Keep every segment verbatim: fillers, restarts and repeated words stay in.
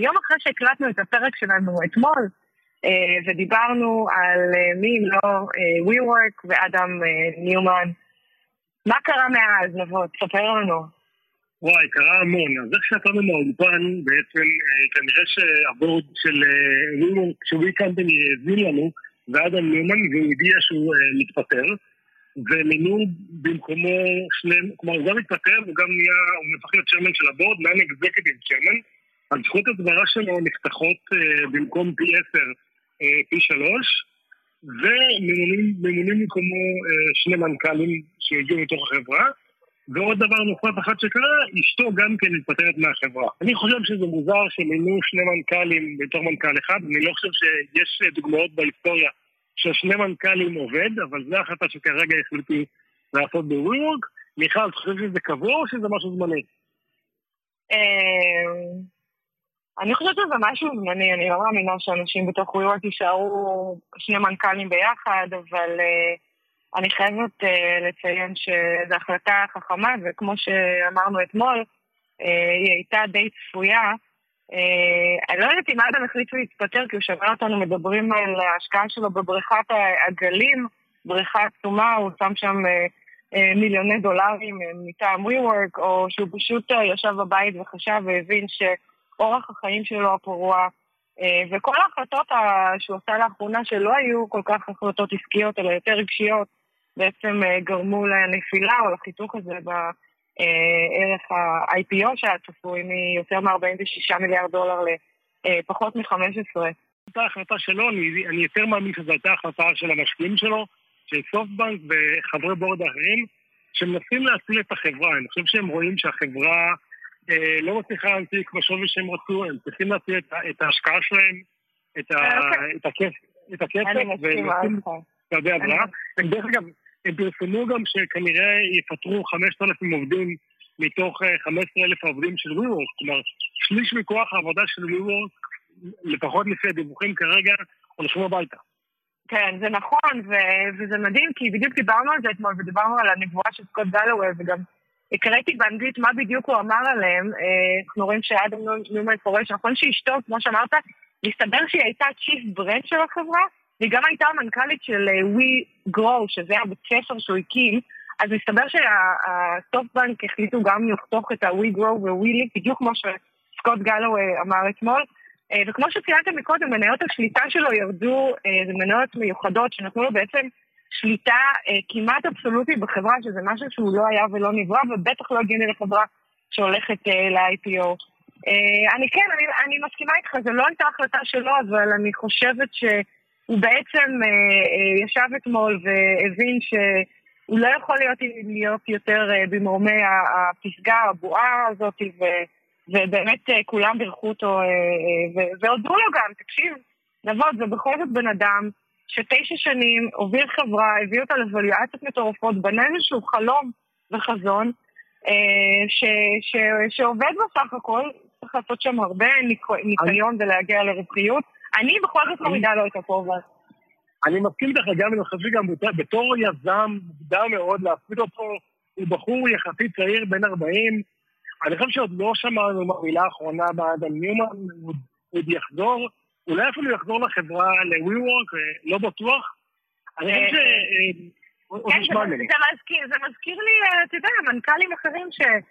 יום אחרי שהקלטנו את הפרק שלנו אתמול, ודיברנו על מי אם לא WeWork ואדם ניומן. מה קרה מאז, נבות? ספר לנו. וואי, קרה המון. אז איך שאתנו מהאולפן, בעצם כנראה שהבורד של WeWork, שווי קמפני הביא לנו, ואדם ניומן, והוא הודיע שהוא מתפטר, ומינו במקומו שני, כלומר הוא גם מתפטר, הוא גם נהיה, הוא מפך להיות צ'רמן של הבורד, נהיה אקזקטיב צ'רמן, הזכות הדברה שלו נפתחות במקום פי עשר, פי שלוש, וממונים במקומו שני מנכ"לים שהגיעו מתוך החברה, ועוד דבר נוסף אחד שקרה, אשתו גם כן מתפטרת מהחברה. אני חושב שזה מוזר שמינו שני מנכ"לים בתור מנכ"ל אחד, אני לא חושב שיש דוגמאות בהיסטוריה ששני מנכ"לים עובד, אבל זה החלטה שכרגע החליטו לעשות ב-WeWork. מיכל, אתה חושב שזה קבוע או שזה משהו זמני? אני חושבת שזה משהו זמני, אני לא מאמינה שאנשים בתוך WeWork יישארו שני מנכ"לים ביחד, אבל אני חייבת לציין שזו החלטה חכמה, וכמו שאמרנו אתמול, היא הייתה די צפויה. אני לא יודעת אם אדם החליט להתפטר, כי הוא שמע אותנו מדברים על ההשקעה שלו בבריכת העגלים, בריכה עצומה, הוא שם שם מיליוני דולרים מטעם WeWork, או שהוא פשוט ישב בבית וחשב והבין שאורח החיים שלו הפרוע, וכל ההחלטות שהוא עושה לאחרונה שלא היו כל כך החלטות עסקיות, אלא יותר רגשיות, בעצם גרמו לנפילה או לחיתוך הזה בערך ה-איי פי או שהיה צפוי מיותר מ-ארבעים ושישה מיליארד דולר לפחות מ-חמש עשרה. הייתה החלטה שלו, אני, אני יותר מאמין שזו הייתה החלטה של המשקיעים שלו, של סופטבנק וחברי בורד האחרים, שמנסים להציל את החברה. אני חושב שהם רואים שהחברה אה, לא מצליחה להנפיק בשווי שהם רצו, הם צריכים להציל את, את ההשקעה שלהם, את, ה, את הכסף, את הכסף, ונסים את ידי הבראה. דרך אגב, הם פרסמו גם שכנראה יפטרו חמשת אלפים עובדים מתוך חמישה עשר אלף עובדים של WeWork, כלומר, שליש מכוח העבודה של WeWork, לפחות לפי הדיווחים כרגע, הולכים הביתה. כן, זה נכון, ו- וזה מדהים, כי בדיוק דיברנו על זה אתמול, ודיברנו על הנבואה של סקוט גלווי, וגם הקראתי באנגלית מה בדיוק הוא אמר עליהם. אנחנו רואים שאדם ניומן פורש, נכון שאשתו, כמו שאמרת, מסתבר שהיא הייתה צ'יף ברנד של החברה, והיא גם הייתה המנכ"לית של WeGrow, שזה הבית ספר שהוא הקים, אז מסתבר שהסופטבנק החליטו גם לחתוך את ה-WeGrow ו-WeLive, בדיוק כמו שסקוט גלווי אמר אתמול, וכמו שציינתם מקודם, מניות השליטה שלו ירדו, זה מניות מיוחדות שנתנו לו בעצם שליטה כמעט אבסולוטית בחברה, שזה משהו שהוא לא היה ולא נברא, ובטח לא הגיוני לחברה שהולכת ל-איי פי או. אני כן, אני, אני מסכימה איתך, זה לא הייתה החלטה שלו, אבל אני חושבת שהוא בעצם ישב אתמול והבין שהוא לא יכול להיות, להיות יותר במרומי הפסגה, הבועה הזאת, ו... ובאמת כולם בירכו אותו, והודו לו גם, תקשיב, נבות, זה בכל זאת בן אדם שתשע שנים הוביל חברה, הביא אותה לווליואציות מטורפות, בנה איזשהו חלום וחזון, ש, ש, שעובד בסך הכל, צריך לעשות שם הרבה ניקיון ולהגיע לרווחיות. אני בכל זאת מורידה לו את הכובע. אני מסכים איתך גם, אני חושב שגם בתור יזם מוקדם מאוד להפריד אותו, הוא בחור יחסית צעיר בן ארבעים, אני חושב שעוד לא שמענו במילה האחרונה באדם ניומן, הוא עוד יחזור, אולי אפילו יחזור לחברה, ל-WeWork, לא בטוח. אני חושב שעוד נשמע ממני. זה מזכיר לי, אתה יודע, מנכ"לים אחרים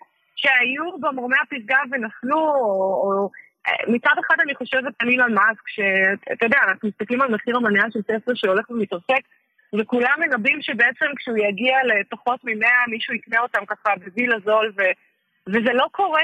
שהיו במרומי הפסגה ונפלו, או מצד אחד אני חושבת על אילון מאסק, שאתה יודע, אנחנו מסתכלים על מחיר המניה של טסלה שהולך ומתעסק, וכולם מנבאים שבעצם כשהוא יגיע לפחות ממאה, מישהו יקנה אותם ככה בזיל הזול ו... וזה לא קורה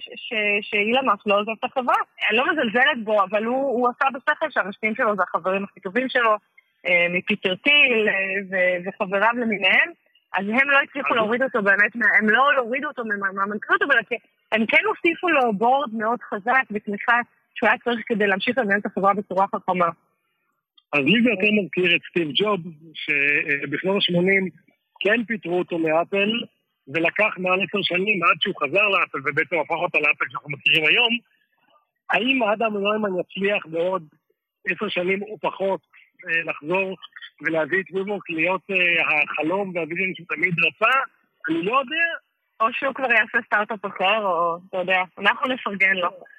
שאילון מאסק לא עוזב את החברה. אני לא מזלזלת בו, אבל הוא, הוא עשה בשכל שהמשקיעים שלו זה החברים הכי טובים שלו, מפיטר טיל וחבריו למיניהם, אז הם לא הצליחו להוריד אותו באמת, הם לא הורידו אותו מהמנכ"לות, אבל הם כן הוסיפו לו בורד מאוד חזק ותמיכה שהוא היה צריך כדי להמשיך לנהל את החברה בצורה חכמה. אז לי זה יותר מזכיר את סטיב ג'וב, שבשנות ה-שמונים כן פיטרו אותו מאפל, ולקח מעל עשר שנים עד שהוא חזר לאפל, ובעצם הפך אותה לאפל שאנחנו מכירים היום. האם האדם ניומן יצליח בעוד עשר שנים או פחות לחזור ולהביא את WeWork להיות החלום והוויז'ן שתמיד רצה? אני לא יודע. או שהוא כבר יעשה סטארט-אפ אחר, או אתה יודע, אנחנו נפרגן לו.